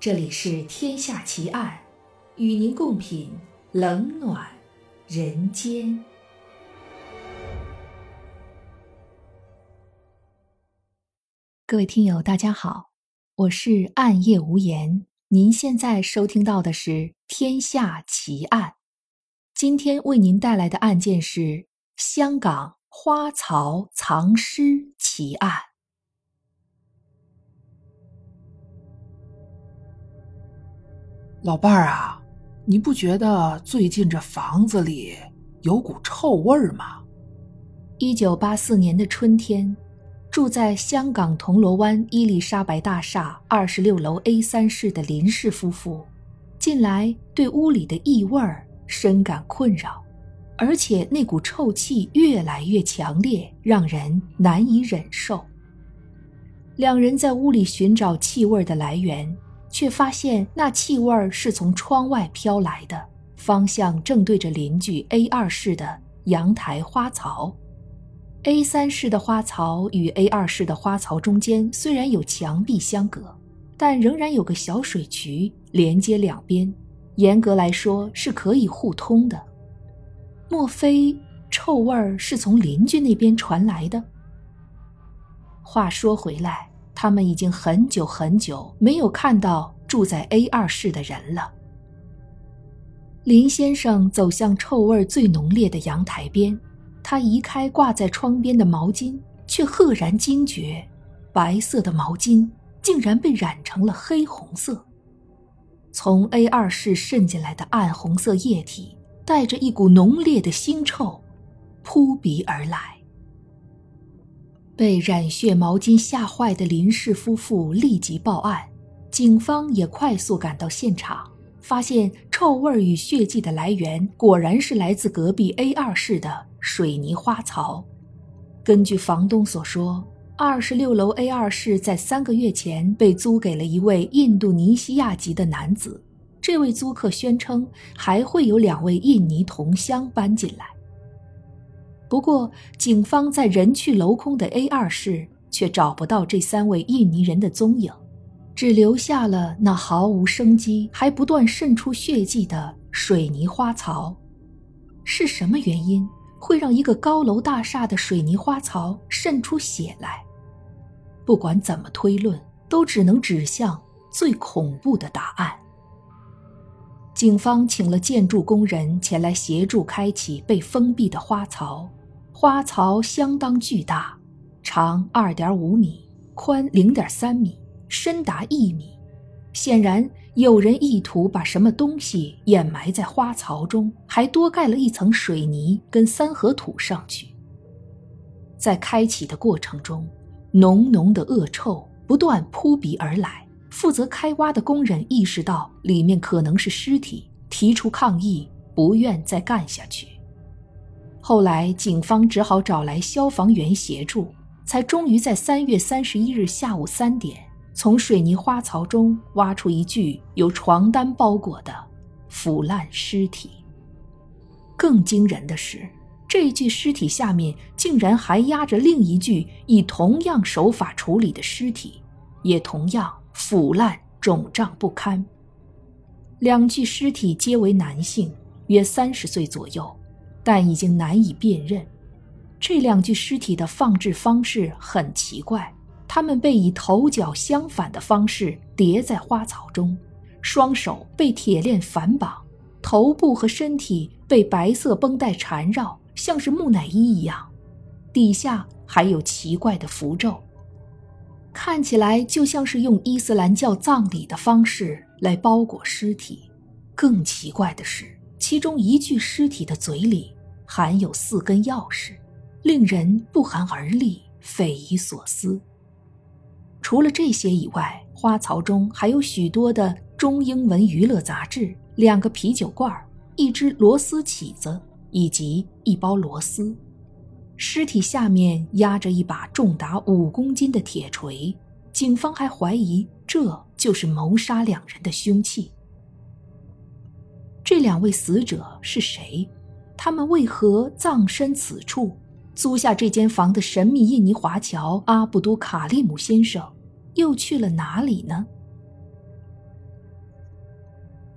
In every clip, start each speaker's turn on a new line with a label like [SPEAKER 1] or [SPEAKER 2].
[SPEAKER 1] 这里是天下奇案，与您共品冷暖人间。各位听友大家好，我是暗夜无言，您现在收听到的是天下奇案。今天为您带来的案件是香港花槽藏尸奇案。
[SPEAKER 2] 老伴儿啊，你不觉得最近这房子里有股臭味儿吗
[SPEAKER 1] 1984年的春天，住在香港铜锣湾伊丽莎白大厦26楼 A3 室的林氏夫妇，近来对屋里的异味深感困扰，而且那股臭气越来越强烈，让人难以忍受。两人在屋里寻找气味的来源，却发现那气味是从窗外飘来的，方向正对着邻居 A2 室的阳台花槽。A3 室的花槽与 A2 室的花槽中间虽然有墙壁相隔，但仍然有个小水渠连接两边，严格来说是可以互通的。莫非臭味是从邻居那边传来的？话说回来，他们已经很久很久没有看到住在 A2 室的人了。林先生走向臭味最浓烈的阳台边，他移开挂在窗边的毛巾，却赫然惊觉，白色的毛巾竟然被染成了黑红色。从 A2 室渗进来的暗红色液体，带着一股浓烈的腥臭，扑鼻而来。被染血毛巾吓坏的林氏夫妇立即报案，警方也快速赶到现场，发现臭味与血迹的来源果然是来自隔壁 A2 室的水泥花槽。根据房东所说，26楼 A2 室在3个月前被租给了一位印度尼西亚籍的男子，这位租客宣称还会有2位印尼同乡搬进来。不过警方在人去楼空的 A2 室却找不到这3位印尼人的踪影，只留下了那毫无生机还不断渗出血迹的水泥花槽。是什么原因会让一个高楼大厦的水泥花槽渗出血来？不管怎么推论，都只能指向最恐怖的答案。警方请了建筑工人前来协助开启被封闭的花槽。花槽相当巨大，长 2.5 米，宽 0.3 米，深达1米。显然有人意图把什么东西掩埋在花槽中，还多盖了一层水泥跟3合土上去。在开启的过程中，浓浓的恶臭不断扑鼻而来，负责开挖的工人意识到里面可能是尸体，提出抗议，不愿再干下去。后来警方只好找来消防员协助，才终于在3月31日下午3点从水泥花槽中挖出一具由床单包裹的腐烂尸体。更惊人的是，这具尸体下面竟然还压着另一具以同样手法处理的尸体，也同样腐烂肿胀不堪。2具尸体皆为男性，约30岁左右，但已经难以辨认。这2具尸体的放置方式很奇怪，他们被以头脚相反的方式叠在花槽中，双手被铁链反绑，头部和身体被白色绷带缠绕，像是木乃伊一样，底下还有奇怪的符咒，看起来就像是用伊斯兰教葬礼的方式来包裹尸体。更奇怪的是，其中一具尸体的嘴里含有4根钥匙，令人不寒而栗，匪夷所思。除了这些以外，花槽中还有许多的中英文娱乐杂志、2个啤酒罐、1只螺丝起子以及1包螺丝。尸体下面压着一把重达5公斤的铁锤，警方还怀疑这就是谋杀2人的凶器。这2位死者是谁？他们为何葬身此处？租下这间房的神秘印尼华侨阿布都卡利姆先生又去了哪里呢？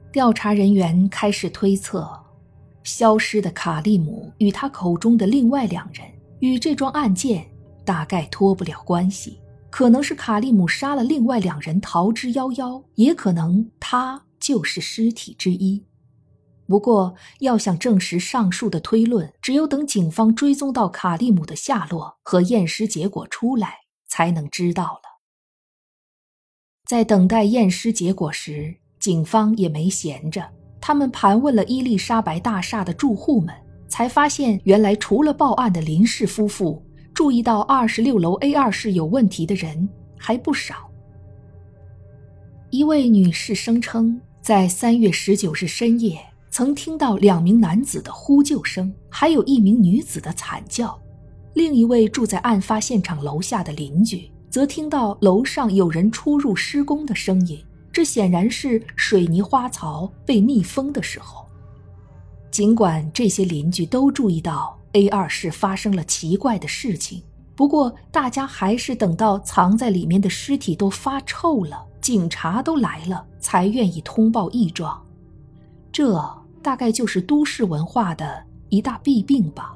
[SPEAKER 1] 调查人员开始推测，消失的卡利姆与他口中的另外2人与这桩案件大概脱不了关系，可能是卡利姆杀了另外2人逃之夭夭，也可能他就是尸体之一。不过要想证实上述的推论，只有等警方追踪到卡利姆的下落和验尸结果出来才能知道了。在等待验尸结果时，警方也没闲着，他们盘问了伊丽莎白大厦的住户们，才发现原来除了报案的林氏夫妇，注意到26楼 A2 室有问题的人还不少。一位女士声称，在3月19日深夜曾听到2名男子的呼救声，还有1名女子的惨叫。另一位住在案发现场楼下的邻居则听到楼上有人出入施工的声音，这显然是水泥花槽被密封的时候。尽管这些邻居都注意到 A2 室发生了奇怪的事情，不过大家还是等到藏在里面的尸体都发臭了，警察都来了，才愿意通报异状。这大概就是都市文化的一大弊病吧。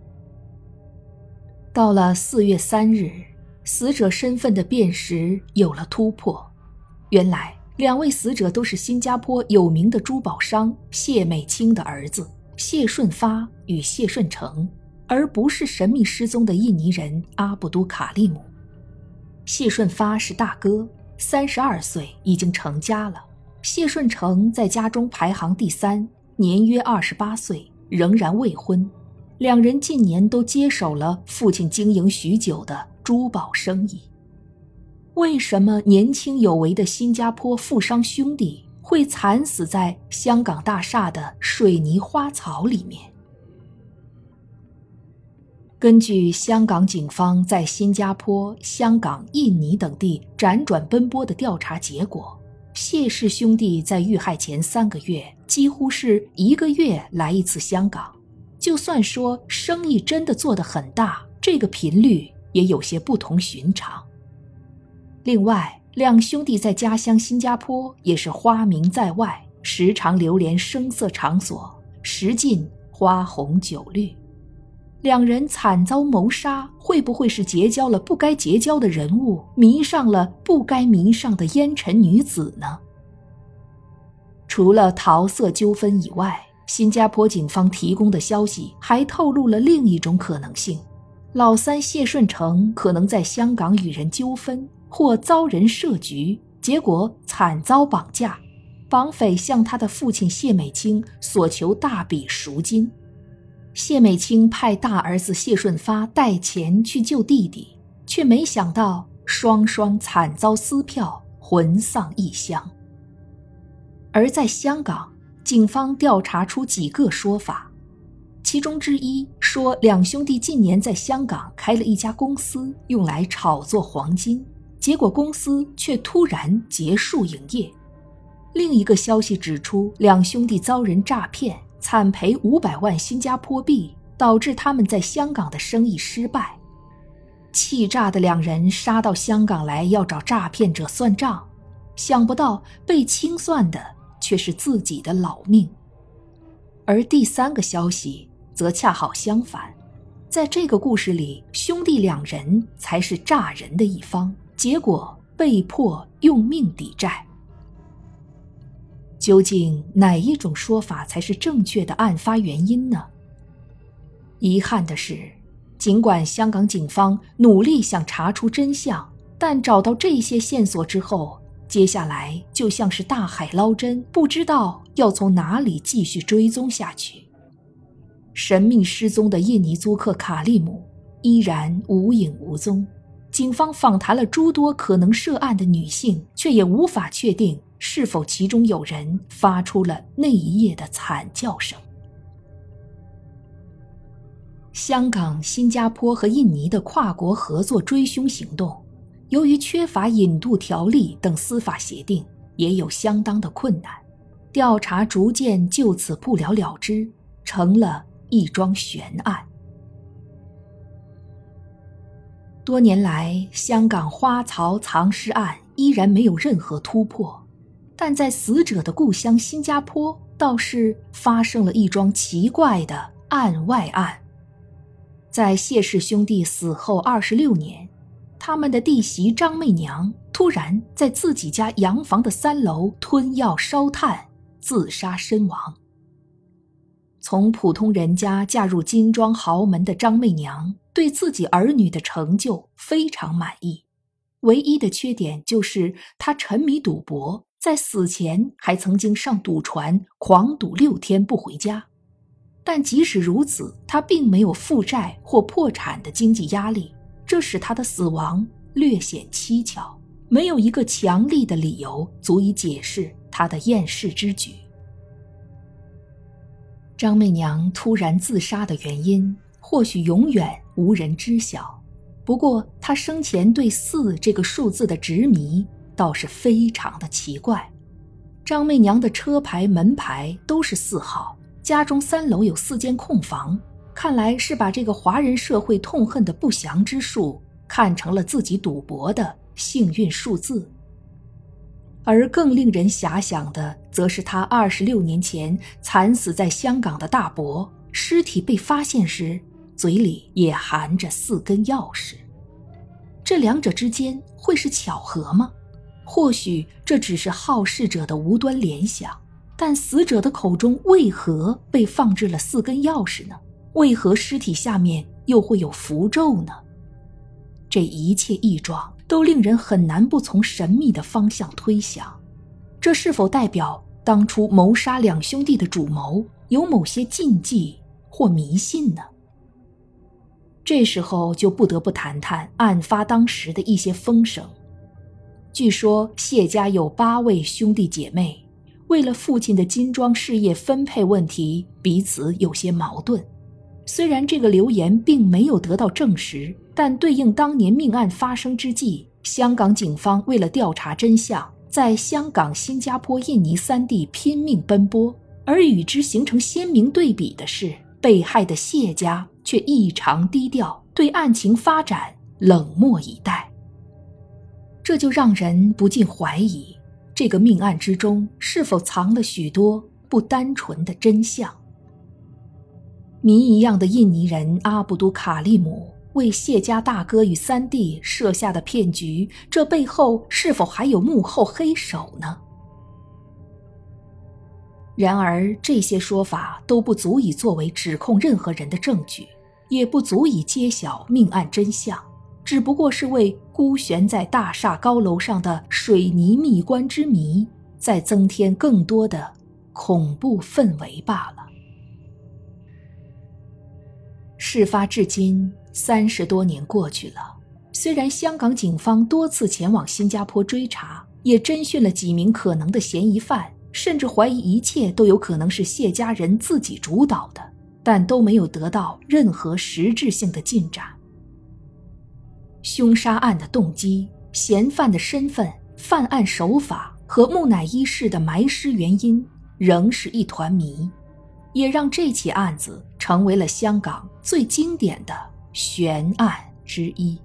[SPEAKER 1] 到了4月3日，死者身份的辨识有了突破。原来2位死者都是新加坡有名的珠宝商谢美清的儿子谢顺发与谢顺成，而不是神秘失踪的印尼人阿布都卡利姆。谢顺发是大哥，32岁，已经成家了。谢顺成在家中排行第3，年约28岁，仍然未婚。2人近年都接手了父亲经营许久的珠宝生意。为什么年轻有为的新加坡富商兄弟会惨死在香港大厦的水泥花槽里面？根据香港警方在新加坡、香港、印尼等地辗转奔波的调查结果，谢氏兄弟在遇害前3个月几乎是1个月来一次香港。就算说生意真的做得很大，这个频率也有些不同寻常。另外，2兄弟在家乡新加坡也是花名在外，时常流连声色场所，时尽花红酒绿。2人惨遭谋杀，会不会是结交了不该结交的人物，迷上了不该迷上的烟尘女子呢？除了桃色纠纷以外，新加坡警方提供的消息还透露了另一种可能性：老三谢顺成可能在香港与人纠纷，或遭人设局，结果惨遭绑架。绑匪向他的父亲谢美清索求大笔赎金。谢美清派大儿子谢顺发带钱去救弟弟，却没想到双双惨遭撕票，魂丧异乡。而在香港，警方调查出几个说法，其中之一说2兄弟近年在香港开了一家公司，用来炒作黄金，结果公司却突然结束营业。另一个消息指出，2兄弟遭人诈骗，惨赔500万新加坡币，导致他们在香港的生意失败。气炸的2人杀到香港来要找诈骗者算账，想不到被清算的却是自己的老命。而第3个消息则恰好相反，在这个故事里，兄弟2人才是诈人的一方，结果被迫用命抵债。究竟哪一种说法才是正确的案发原因呢？遗憾的是，尽管香港警方努力想查出真相，但找到这些线索之后，接下来就像是大海捞针，不知道要从哪里继续追踪下去。神秘失踪的印尼租客卡利姆依然无影无踪，警方访谈了诸多可能涉案的女性，却也无法确定是否其中有人发出了那一夜的惨叫声。香港、新加坡和印尼的跨国合作追凶行动，由于缺乏引渡条例等司法协定，也有相当的困难，调查逐渐就此不了了之，成了一桩悬案。多年来，香港花槽藏尸案依然没有任何突破。 但在死者的故乡新加坡倒是发生了一桩奇怪的案外案。在谢氏兄弟死后26年，他们的弟媳张媚娘突然在自己家洋房的3楼吞药烧炭，自杀身亡。从普通人家嫁入金庄豪门的张媚娘对自己儿女的成就非常满意，唯一的缺点就是她沉迷赌博，在死前还曾经上赌船狂赌6天不回家。但即使如此，她并没有负债或破产的经济压力，这使她的死亡略显蹊跷，没有一个强力的理由足以解释她的厌世之举。张媚娘突然自杀的原因或许永远无人知晓，不过她生前对4这个数字的执迷倒是非常的奇怪。张媚娘的车牌门牌都是4号，家中3楼有4间空房，看来是把这个华人社会痛恨的不祥之数看成了自己赌博的幸运数字。而更令人遐想的则是他26年前惨死在香港的大伯，尸体被发现时嘴里也含着4根钥匙。这两者之间会是巧合吗？或许这只是好事者的无端联想，但死者的口中为何被放置了4根钥匙呢？为何尸体下面又会有符咒呢？这一切异状都令人很难不从神秘的方向推想，这是否代表当初谋杀2兄弟的主谋有某些禁忌或迷信呢？这时候就不得不谈谈案发当时的一些风声。据说谢家有8位兄弟姐妹，为了父亲的金庄事业分配问题，彼此有些矛盾。虽然这个流言并没有得到证实，但对应当年命案发生之际，香港警方为了调查真相，在香港、新加坡、印尼3地拼命奔波，而与之形成鲜明对比的是，被害的谢家却异常低调，对案情发展冷漠以待。这就让人不禁怀疑，这个命案之中是否藏了许多不单纯的真相。谜一样的印尼人阿卜杜卡利姆为谢家大哥与3弟设下的骗局，这背后是否还有幕后黑手呢？然而这些说法都不足以作为指控任何人的证据，也不足以揭晓命案真相，只不过是为孤悬在大厦高楼上的水泥密关之谜再增添更多的恐怖氛围罢了。事发至今30多年过去了，虽然香港警方多次前往新加坡追查，也侦讯了几名可能的嫌疑犯，甚至怀疑一切都有可能是谢家人自己主导的，但都没有得到任何实质性的进展。凶杀案的动机、嫌犯的身份、犯案手法和木乃伊式的埋尸原因仍是一团谜，也让这起案子成为了香港最经典的悬案之一。